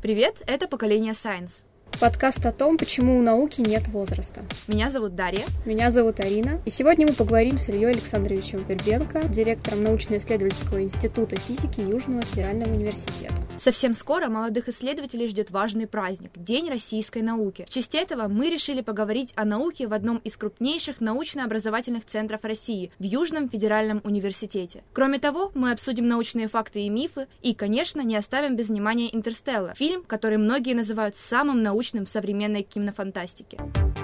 Привет, это «Поколение Science». Подкаст о том, почему у науки нет возраста. Меня зовут Дарья. Меня зовут Арина. И сегодня мы поговорим с Ильей Александровичем Вербенко, директором научно-исследовательского института физики Южного федерального университета. Совсем скоро молодых исследователей ждет важный праздник – День российской науки. В честь этого мы решили поговорить о науке в одном из крупнейших научно-образовательных центров России – в Южном федеральном университете. Кроме того, мы обсудим научные факты и мифы и, конечно, не оставим без внимания «Интерстеллар» – фильм, который многие называют самым научным в современной кинофантастике.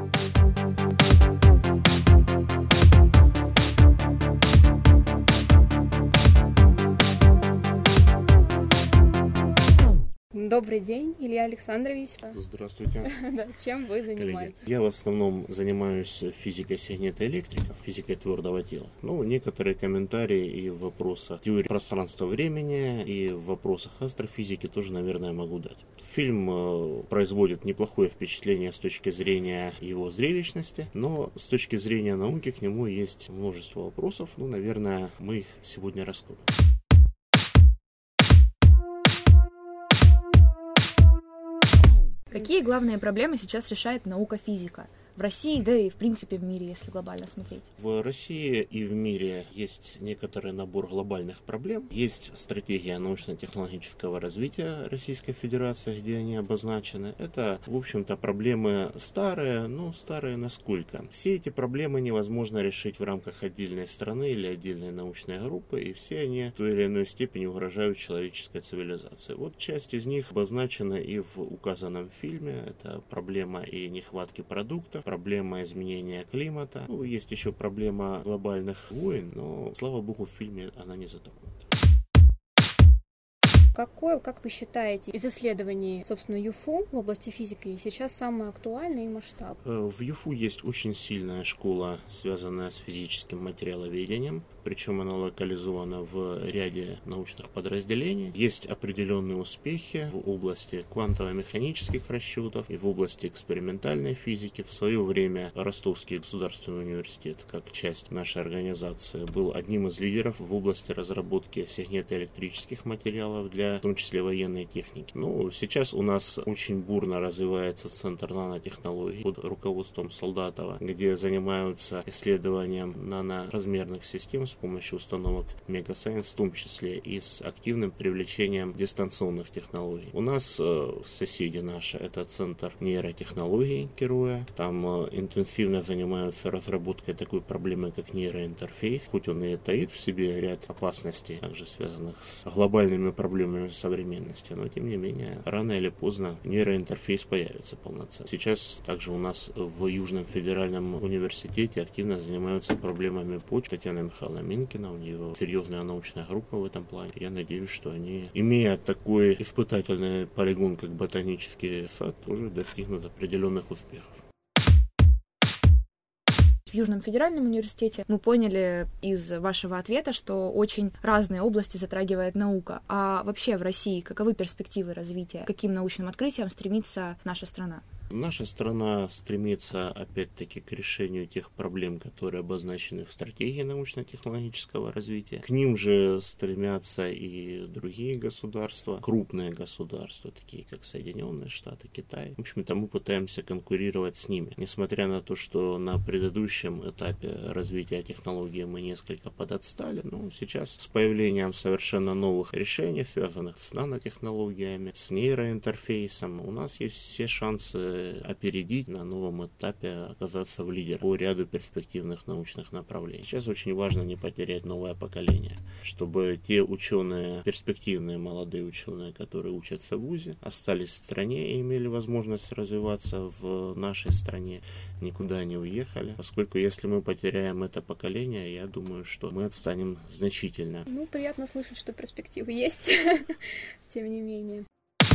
Добрый день, Илья Александрович. Здравствуйте. Чем вы занимаетесь? Коллеги, я в основном занимаюсь физикой сегнетоэлектриков, физикой твердого тела. Некоторые комментарии и в вопросах теории пространства-времени, и в вопросах астрофизики тоже, наверное, могу дать. Фильм производит неплохое впечатление с точки зрения его зрелищности, но с точки зрения науки к нему есть множество вопросов. Наверное, мы их сегодня раскроем. Какие главные проблемы сейчас решает наука-физика? В России, да и в принципе в мире, если глобально смотреть. В России и в мире есть некоторый набор глобальных проблем. Есть стратегия научно-технологического развития Российской Федерации, где они обозначены. Это, в общем-то, проблемы старые, но старые насколько? Все эти проблемы невозможно решить в рамках отдельной страны или отдельной научной группы, и все они в той или иной степени угрожают человеческой цивилизации. Часть из них обозначена и в указанном фильме. Это проблема и нехватки продуктов, проблема изменения климата. Есть еще проблема глобальных войн, но, слава богу, в фильме она не затронута. Какое, как вы считаете, из исследований, собственно, ЮФУ в области физики сейчас самое актуальное и масштабное? В ЮФУ есть очень сильная школа, связанная с физическим материаловедением, причем она локализована в ряде научных подразделений. Есть определенные успехи в области квантово-механических расчетов и в области экспериментальной физики. В свое время Ростовский государственный университет, как часть нашей организации, был одним из лидеров в области разработки сегнетоэлектрических материалов для в том числе военной техники. Сейчас у нас очень бурно развивается центр нанотехнологий под руководством Солдатова, где занимаются исследованием наноразмерных систем с помощью установок Мегасайенс, в том числе и с активным привлечением дистанционных технологий. У нас соседи наши, это центр нейротехнологий Кируя. Там интенсивно занимаются разработкой такой проблемы, как нейроинтерфейс. Хоть он и таит в себе ряд опасностей, также связанных с глобальными проблемами современности, но тем не менее рано или поздно нейроинтерфейс появится полноценно. Сейчас также у нас в Южном федеральном университете активно занимаются проблемами почты. Татьяна Михайловна Минкина, у нее серьезная научная группа в этом плане. Я надеюсь, что они, имея такой испытательный полигон, как ботанический сад, тоже достигнут определенных успехов. В Южном федеральном университете мы поняли из вашего ответа, что очень разные области затрагивает наука. А вообще в России каковы перспективы развития? К каким научным открытиям стремится наша страна? Наша страна стремится, опять-таки, к решению тех проблем, которые обозначены в стратегии научно-технологического развития. К ним же стремятся и другие государства, крупные государства, такие как Соединенные Штаты, Китай. В общем-то, мы пытаемся конкурировать с ними. Несмотря на то, что на предыдущем этапе развития технологий мы несколько подотстали, но сейчас с появлением совершенно новых решений, связанных с нанотехнологиями, с нейроинтерфейсом, у нас есть все шансы опередить, на новом этапе оказаться в лидерах по ряду перспективных научных направлений. Сейчас очень важно не потерять новое поколение, чтобы те ученые, перспективные молодые ученые, которые учатся в ВУЗе, остались в стране и имели возможность развиваться в нашей стране, никуда не уехали, поскольку если мы потеряем это поколение, я думаю, что мы отстанем значительно. Приятно слышать, что перспективы есть, тем не менее.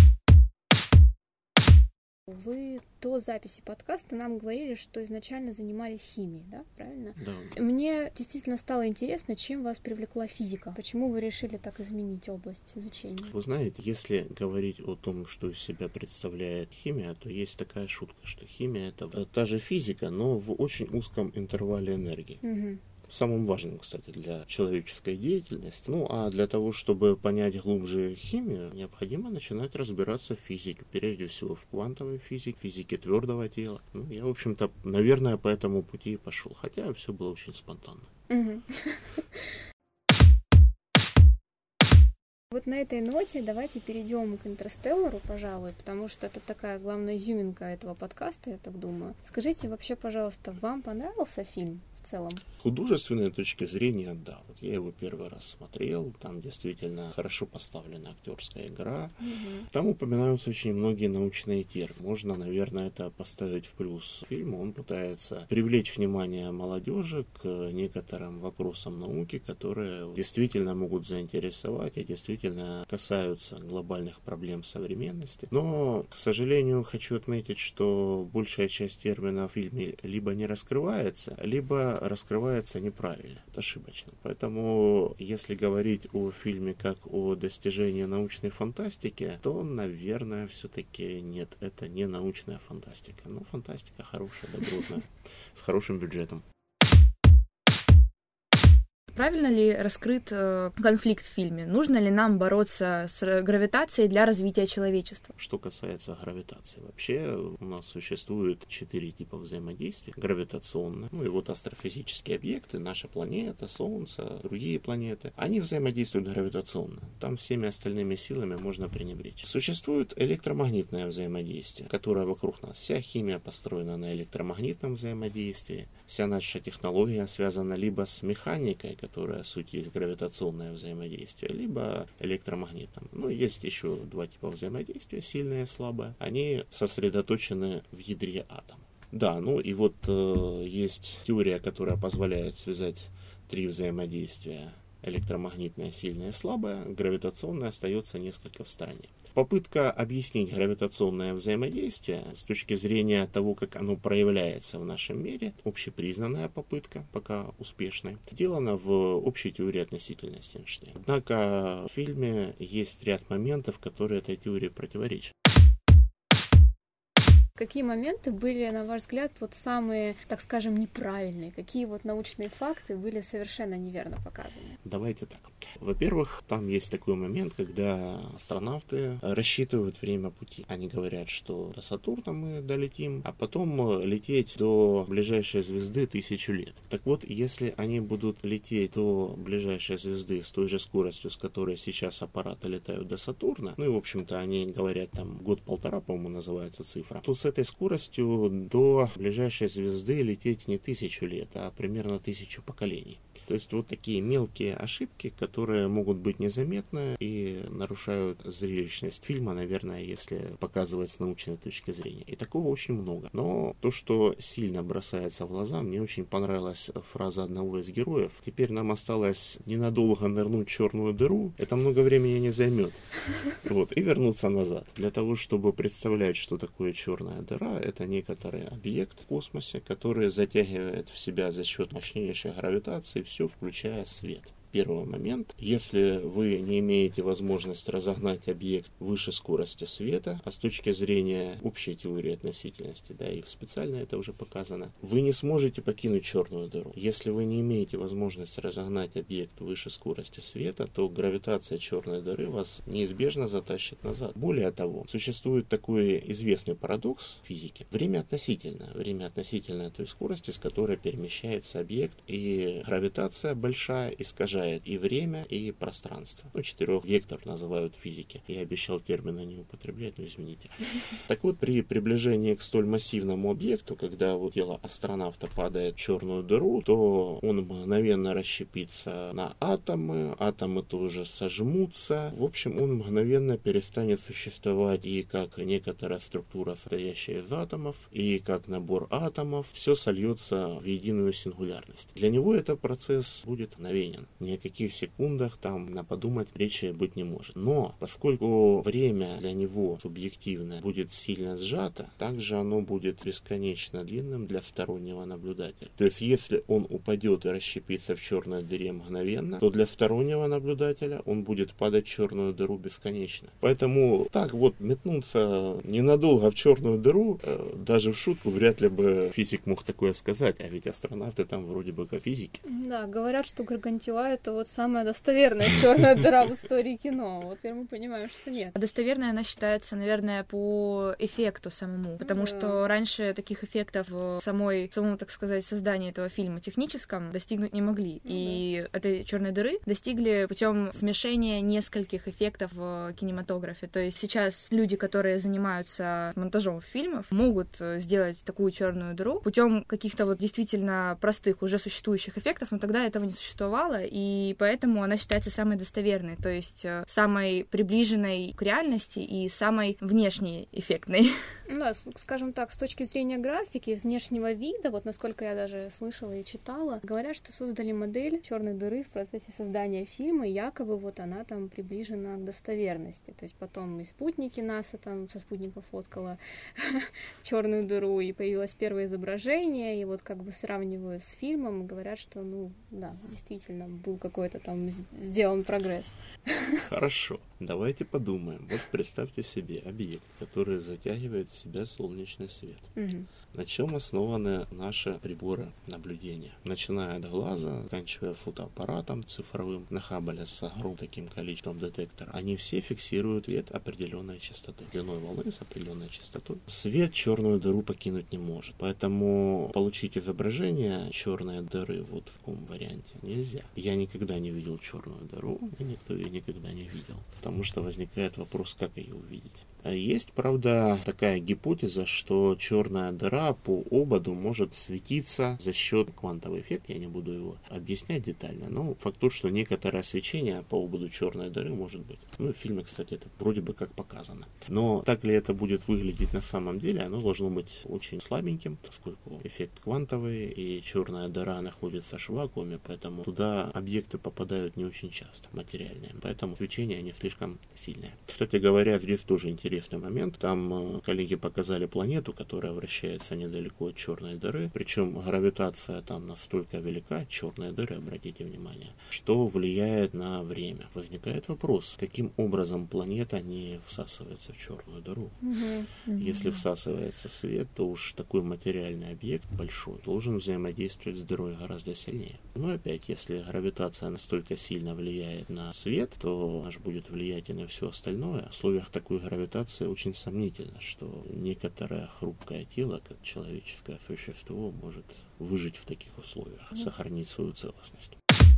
Вы до записи подкаста нам говорили, что изначально занимались химией, да, правильно? Да. Мне действительно стало интересно, чем вас привлекла физика. Почему вы решили так изменить область изучения? Вы знаете, если говорить о том, что из себя представляет химия, то есть такая шутка, что химия — это та же физика, но в очень узком интервале энергии. Угу. самым важным, кстати, для человеческой деятельности. Ну, а для того, чтобы понять глубже химию, необходимо начинать разбираться в физике, прежде всего в квантовой физике, физике твердого тела. Ну, я, в общем-то, наверное, по этому пути и пошел, хотя все было очень спонтанно. Вот на этой ноте давайте перейдем к «Интерстеллару», пожалуй, потому что это такая главная изюминка этого подкаста, я так думаю. Скажите вообще, пожалуйста, вам понравился фильм в целом? С художественной точки зрения, да. Вот я его первый раз смотрел, там действительно хорошо поставлена актерская игра. Там упоминаются очень многие научные термины. Можно, наверное, это поставить в плюс фильму. Он пытается привлечь внимание молодежи к некоторым вопросам науки, которые действительно могут заинтересовать и действительно касаются глобальных проблем современности. Но, к сожалению, хочу отметить, что большая часть терминов в фильме либо не раскрывается, либо раскрывается неправильно, ошибочно. Поэтому, если говорить о фильме как о достижении научной фантастики, то, наверное, все-таки нет, это не научная фантастика. Но фантастика хорошая, добротная, с хорошим бюджетом. Правильно ли раскрыт конфликт в фильме? Нужно ли нам бороться с гравитацией для развития человечества? Что касается гравитации, вообще у нас существует 4 типа взаимодействия. Гравитационное, ну и вот астрофизические объекты, наша планета, Солнце, другие планеты, они взаимодействуют гравитационно. Там всеми остальными силами можно пренебречь. Существует электромагнитное взаимодействие, которое вокруг нас. Вся химия построена на электромагнитном взаимодействии. Вся наша технология связана либо с механикой, которая суть есть гравитационное взаимодействие, либо электромагнитом. Ну, есть еще 2 типа взаимодействия, сильное и слабое. Они сосредоточены в ядре атома. Да, ну и вот есть теория, которая позволяет связать 3 взаимодействия: электромагнитное, сильное и слабое, гравитационное остается несколько в стороне. Попытка объяснить гравитационное взаимодействие с точки зрения того, как оно проявляется в нашем мире, общепризнанная попытка, пока успешная, сделана в общей теории относительности Эйнштейна. Однако в фильме есть ряд моментов, которые этой теории противоречат. Какие моменты были, на ваш взгляд, вот самые, так скажем, неправильные? Какие вот научные факты были совершенно неверно показаны? Давайте так. Во-первых, там есть такой момент, когда астронавты рассчитывают время пути. Они говорят, что до Сатурна мы долетим, а потом лететь до ближайшей звезды 1000 лет. Так вот, если они будут лететь до ближайшей звезды с той же скоростью, с которой сейчас аппараты летают до Сатурна, ну и, в общем-то, они говорят, там, 1-1,5, по-моему, называется цифра, то с этой скоростью до ближайшей звезды лететь не 1000 лет, а примерно 1000 поколений. То есть вот такие мелкие ошибки, которые могут быть незаметны и нарушают зрелищность фильма, наверное, если показывать с научной точки зрения. И такого очень много. Но то, что сильно бросается в глаза, мне очень понравилась фраза одного из героев: теперь нам осталось ненадолго нырнуть в черную дыру, это много времени не займет. Вот, и вернуться назад. Для того, чтобы представлять, что такое черная дыра, это некоторый объект в космосе, который затягивает в себя за счет мощнейшей гравитации все, включая свет. Первый момент. Если вы не имеете возможность разогнать объект выше скорости света, а с точки зрения общей теории относительности, да, и специально это уже показано, вы не сможете покинуть черную дыру. Если вы не имеете возможность разогнать объект выше скорости света, то гравитация черной дыры вас неизбежно затащит назад. Более того, существует такой известный парадокс физики. Время относительное той скорости, с которой перемещается объект, и гравитация большая искажает и время, и пространство. 4-вектор называют физики. Я обещал термины не употреблять, но извините. Так вот, при приближении к столь массивному объекту, когда вот тело астронавта падает в черную дыру, то он мгновенно расщепится на атомы, атомы тоже сожмутся. В общем, он мгновенно перестанет существовать и как некоторая структура, состоящая из атомов, и как набор атомов. Все сольется в единую сингулярность. Для него этот процесс будет мгновенен. Ни о каких секундах там на подумать речи быть не может. Но поскольку время для него субъективное будет сильно сжато, также оно будет бесконечно длинным для стороннего наблюдателя. То есть если он упадет и расщепится в черной дыре мгновенно, то для стороннего наблюдателя он будет падать в черную дыру бесконечно. Поэтому так вот метнуться ненадолго в черную дыру, даже в шутку вряд ли бы физик мог такое сказать, а ведь астронавты там вроде бы как физики. Да, говорят, что Гаргантюа — это вот самая достоверная черная дыра в истории кино. Вот теперь мы понимаем, что нет. Достоверная она считается, наверное, по эффекту самому, потому что раньше таких эффектов в самом, так сказать, создании этого фильма техническом достигнуть не могли. И этой черной дыры достигли путем смешения нескольких эффектов в кинематографе. То есть сейчас люди, которые занимаются монтажом фильмов, могут сделать такую черную дыру путем каких-то вот действительно простых уже существующих эффектов, но тогда этого не существовало, и поэтому она считается самой достоверной, то есть самой приближенной к реальности и самой внешней эффектной. Да, скажем так, с точки зрения графики, внешнего вида, вот насколько я даже слышала и читала, говорят, что создали модель черной дыры в процессе создания фильма, и якобы вот она там приближена к достоверности. То есть потом и спутники НАСА там со спутников фоткала черную дыру, и появилось первое изображение, и вот как бы сравнивают с фильмом, говорят, что, ну, да, действительно, был какой-то там сделан прогресс. Хорошо, давайте подумаем. Вот представьте себе объект, который затягивает в себя солнечный свет. На чем основаны наши приборы наблюдения? Начиная от глаза, заканчивая фотоаппаратом цифровым, на Хаббле с огромным таким количеством детекторов, они все фиксируют свет определенной частоты, длиной волны с определенной частотой. Свет черную дыру покинуть не может, поэтому получить изображение черной дыры вот в таком варианте нельзя. Я никогда не видел черную дыру, и никто ее никогда не видел, потому что возникает вопрос, как ее увидеть. А есть, правда, такая гипотеза, что черная дыра по ободу может светиться за счет квантового эффекта. Я не буду его объяснять детально, но факт тот, что некоторое свечение по ободу черной дыры может быть. Ну, в фильме, кстати, это вроде бы как показано. Но так ли это будет выглядеть на самом деле, оно должно быть очень слабеньким, поскольку эффект квантовый, и черная дыра находится в вакууме, поэтому туда объекты попадают не очень часто, материальные. Поэтому свечение не слишком сильное. Кстати говоря, здесь тоже интересный момент. Там коллеги показали планету, которая вращается недалеко от черной дыры. Причем гравитация там настолько велика, черной дыры, обратите внимание, что влияет на время. Возникает вопрос, каким образом планета не всасывается в черную дыру. Если всасывается свет, то уж такой материальный объект большой должен взаимодействовать с дырой гораздо сильнее. Но опять, если гравитация настолько сильно влияет на свет, то аж будет влиять и на все остальное. В условиях такой гравитации очень сомнительно, что некоторое хрупкое тело, как человеческое существо, может выжить в таких условиях, сохранить свою целостность.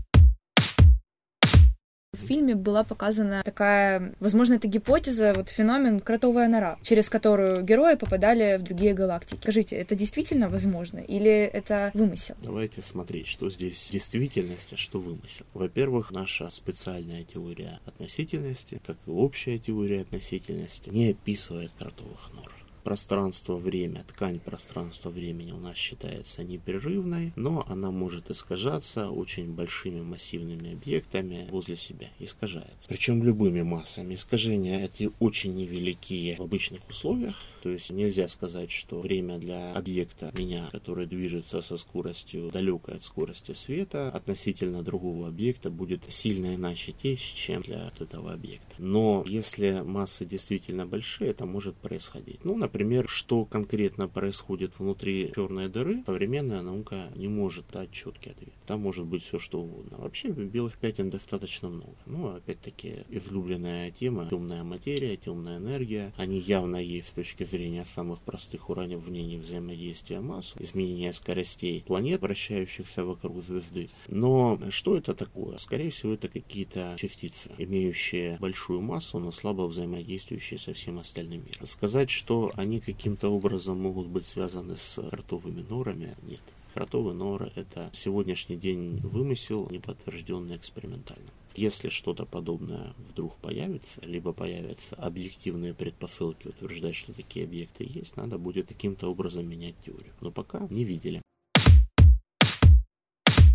В фильме была показана такая, возможно, это гипотеза, вот феномен кротовая нора, через которую герои попадали в другие галактики. Скажите, это действительно возможно или это вымысел? Давайте смотреть, что здесь действительность, а что вымысел. Во-первых, наша специальная теория относительности, как и общая теория относительности, не описывает кротовых нор. Пространство-время, ткань пространства-времени у нас считается непрерывной, но она может искажаться очень большими массивными объектами возле себя. Искажается. Причем любыми массами. Искажения эти очень невелики в обычных условиях. То есть нельзя сказать, что время для объекта меня, который движется со скоростью далекой от скорости света, относительно другого объекта будет сильно иначе течь, чем для этого объекта. Но если массы действительно большие, это может происходить. Ну, например, что конкретно происходит внутри черной дыры, современная наука не может дать четкий ответ. Там может быть все что угодно. Вообще белых пятен достаточно много. Ну, опять-таки, излюбленная тема — темная материя, темная энергия. Они явно есть с точки зрения самых простых уравнений взаимодействия масс, изменения скоростей планет, вращающихся вокруг звезды. Но что это такое? Скорее всего, это какие-то частицы, имеющие большую массу, но слабо взаимодействующие со всем остальным миром. Сказать, что они каким-то образом могут быть связаны с кротовыми норами, нет. Кротовые норы — это сегодняшний день вымысел, не подтвержденный экспериментально. Если что-то подобное вдруг появится, либо появятся объективные предпосылки утверждать, что такие объекты есть, надо будет каким-то образом менять теорию. Но пока не видели.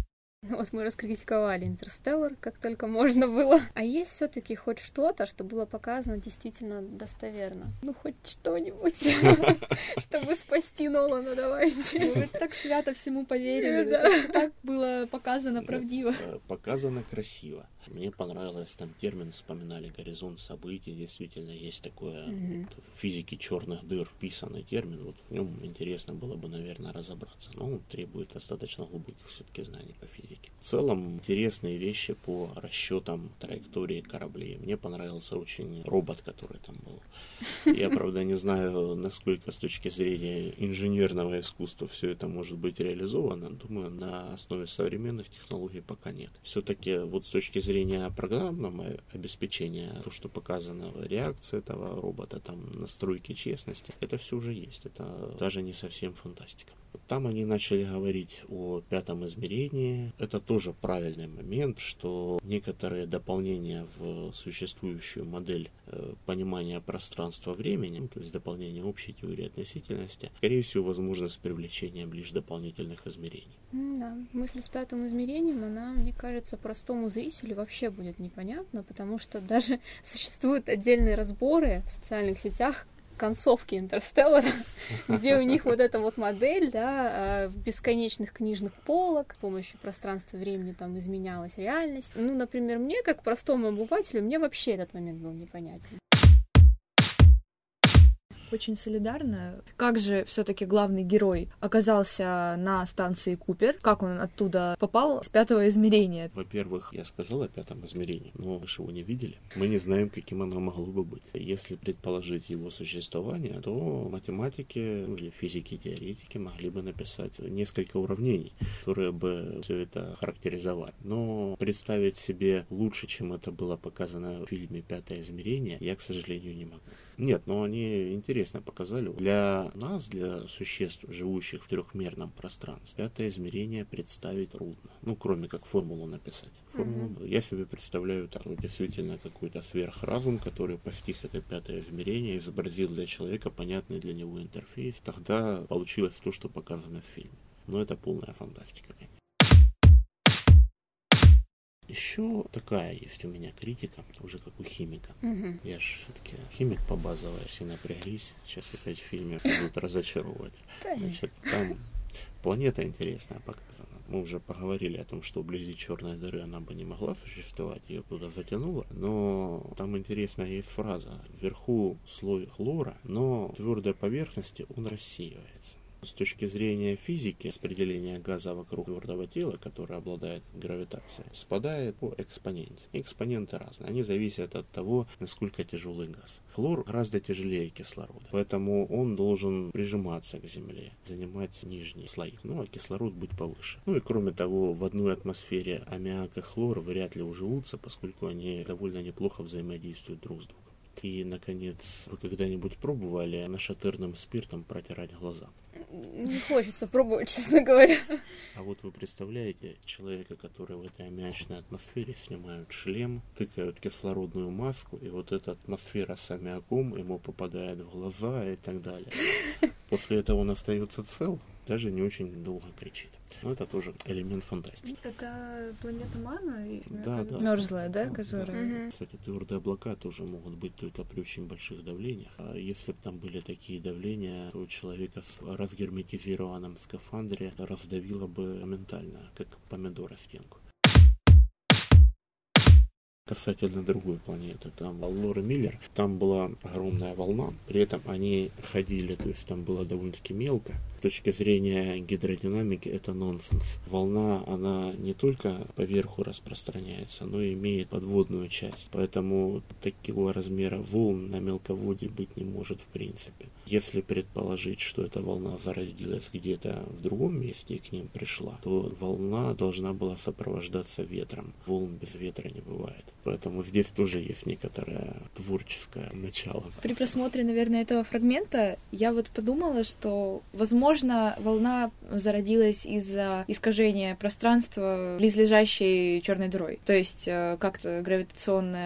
Вот мы раскритиковали «Интерстеллар», как только можно было. А есть все-таки хоть что-то, что было показано действительно достоверно? Ну, хоть что-нибудь, чтобы спасти Нолана, давайте. Вы так свято всему поверили, так было показано правдиво. Показано красиво. Мне понравилось, там термин вспоминали, горизонт событий, действительно есть такое в физике черных дыр писанный термин, вот в нем интересно было бы, наверное, разобраться, но он требует достаточно глубоких все-таки знаний по физике. В целом, интересные вещи по расчетам траектории кораблей. Мне понравился очень робот, который там был. Я, правда, не знаю, насколько с точки зрения инженерного искусства все это может быть реализовано. Думаю, на основе современных технологий пока нет. Все-таки вот с точки зрения программного обеспечения, то, что показано, реакция этого робота, там, настройки честности, это все уже есть. Это даже не совсем фантастика. Там они начали говорить о 5-м измерении. Это тоже правильный момент, что некоторые дополнения в существующую модель понимания пространства-времени, то есть дополнение общей теории относительности, скорее всего, возможно с привлечением лишь дополнительных измерений. Да, мысль с 5-м измерением, она, мне кажется, простому зрителю вообще будет непонятна, потому что даже существуют отдельные разборы в социальных сетях концовки «Интерстеллара», где у них вот эта вот модель, да, бесконечных книжных полок, с помощью пространства и времени там изменялась реальность. Ну, например, мне, как простому обывателю, мне вообще этот момент был непонятен. Очень солидарно. Как же все-таки главный герой оказался на станции Купер? Как он оттуда попал с 5-го измерения? Во-первых, я сказал о 5-м измерении, но мы же его не видели. Мы не знаем, каким оно могло бы быть. Если предположить его существование, то математики или физики-теоретики могли бы написать несколько уравнений, которые бы все это характеризовали. Но представить себе лучше, чем это было показано в фильме «5-е измерение», я, к сожалению, не могу. Нет, но они интересно показали. Для нас, для существ, живущих в трехмерном пространстве, 5-е измерение представить трудно. Ну, кроме как формулу написать. Формулу я себе представляю так. Вот действительно какой-то сверхразум, который постиг это 5-е измерение, изобразил для человека понятный для него интерфейс. Тогда получилось то, что показано в фильме. Но это полная фантастика, конечно. Еще такая есть у меня критика, уже как у химика. Я же все-таки химик по базовой, все напряглись. Сейчас опять в фильме будут разочаровывать. Значит, там планета интересная показана. Мы уже поговорили о том, что вблизи черной дыры она бы не могла существовать, ее туда затянуло. Но там интересная есть фраза. Вверху слой хлора, но в твердой поверхности он рассеивается. С точки зрения физики, распределение газа вокруг твердого тела, которое обладает гравитацией, спадает по экспоненте. Экспоненты разные, они зависят от того, насколько тяжелый газ. Хлор гораздо тяжелее кислорода, поэтому он должен прижиматься к Земле, занимать нижние слои, ну а кислород быть повыше. Ну и кроме того, в одной атмосфере аммиак и хлор вряд ли уживутся, поскольку они довольно неплохо взаимодействуют друг с другом. И, наконец, вы когда-нибудь пробовали нашатырным спиртом протирать глаза? Не хочется пробовать, честно говоря. А вот вы представляете человека, который в этой аммиачной атмосфере снимают шлем, тыкают кислородную маску, и вот эта атмосфера с аммиаком ему попадает в глаза и так далее. После этого он остается цел, даже не очень долго кричит. Но это тоже элемент фантастики. Это планета Мана? Да. Мёрзлая, да, которая... Кстати, твердые облака тоже могут быть только при очень больших давлениях. А если бы там были такие давления, то человека с разгерметизированном скафандре раздавило бы моментально, как помидора стенку. Касательно другой планеты, там Лора Миллер, там была огромная волна, при этом они ходили, то есть там было довольно-таки мелко. С точки зрения гидродинамики это нонсенс. Волна, она не только поверху распространяется, но и имеет подводную часть. Поэтому такого размера волн на мелководье быть не может в принципе. Если предположить, что эта волна зародилась где-то в другом месте и к ним пришла, то волна должна была сопровождаться ветром. Волн без ветра не бывает. Поэтому здесь тоже есть некоторое творческое начало. При просмотре, наверное, этого фрагмента я вот подумала, что, возможно, волна зародилась из-за искажения пространства близлежащей черной дырой. То есть как-то гравитационное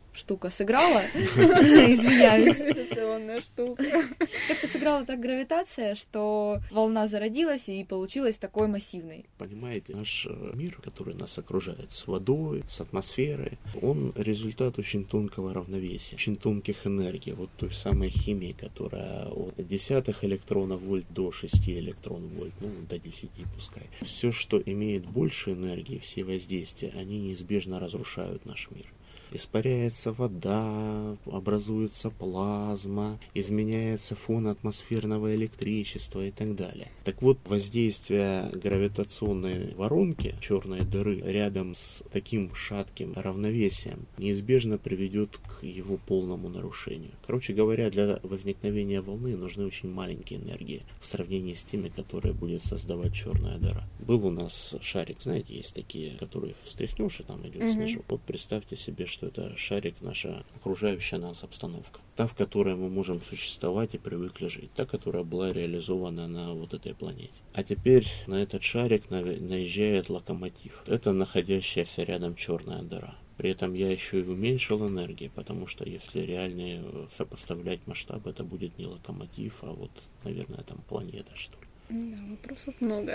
штука сыграла, извиняюсь. Гравитационная штука. Как-то сыграла так гравитация, что волна зародилась и получилась такой массивной. Понимаете, наш мир, который нас окружает, с водой, с атмосферой, он результат очень тонкого равновесия, очень тонких энергий, вот той самой химии, которая от десятых электронов вольт до 6 электронов вольт, ну, до 10 пускай. Все, что имеет больше энергии, все воздействия, они неизбежно разрушают наш мир. Испаряется вода, образуется плазма, изменяется фон атмосферного электричества и так далее. Так вот, воздействие гравитационной воронки, черной дыры, рядом с таким шатким равновесием неизбежно приведет к его полному нарушению. Короче говоря, для возникновения волны нужны очень маленькие энергии в сравнении с теми, которые будет создавать черная дыра. Был у нас шарик, знаете, есть такие, которые встряхнешь, и там идет снежок. Вот представьте себе, что это шарик, наша окружающая нас обстановка. Та, в которой мы можем существовать и привыкли жить. Та, которая была реализована на вот этой планете. А теперь на этот шарик наезжает локомотив. Это находящаяся рядом черная дыра. При этом я еще и уменьшил энергию, потому что если реально сопоставлять масштаб, это будет не локомотив, а вот, наверное, там планета, что ли. Да, вопросов много.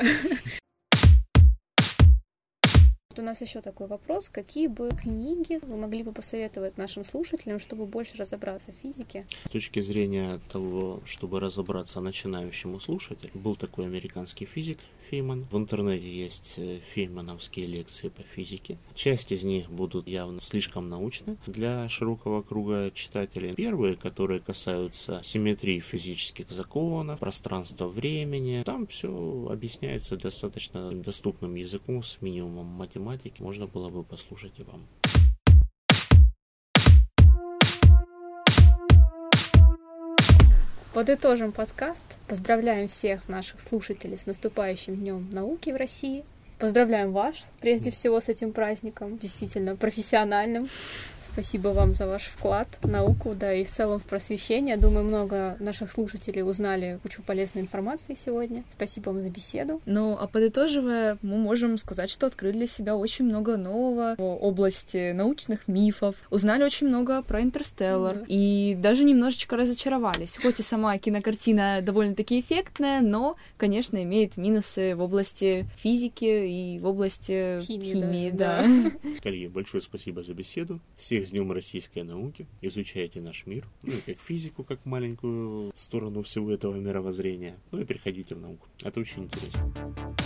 У нас еще такой вопрос. Какие бы книги вы могли бы посоветовать нашим слушателям, чтобы больше разобраться в физике? С точки зрения того, чтобы разобраться начинающему слушателю, был такой американский физик Фейман. В интернете есть феймановские лекции по физике. Часть из них будут явно слишком научны для широкого круга читателей. Первые, которые касаются симметрии физических законов, пространства времени, там все объясняется достаточно доступным языком с минимумом математики. Можно было бы послушать и вам. Подытожим подкаст. Поздравляем всех наших слушателей с наступающим Днем науки в России. Поздравляем вас, прежде всего, с этим праздником, действительно профессиональным. Спасибо вам за ваш вклад в науку, да и в целом в просвещение. Думаю, много наших слушателей узнали кучу полезной информации сегодня. Спасибо вам за беседу. Ну, а подытоживая, мы можем сказать, что открыли для себя очень много нового в области научных мифов, узнали очень много про «Интерстеллар», и даже немножечко разочаровались. Хоть и сама кинокартина довольно-таки эффектная, но, конечно, имеет минусы в области физики и в области химии, да. Коллеги, большое спасибо за беседу. Всех с Днем российской науки. Изучайте наш мир. Ну и как физику, как маленькую сторону всего этого мировоззрения. Ну и приходите в науку. Это очень интересно.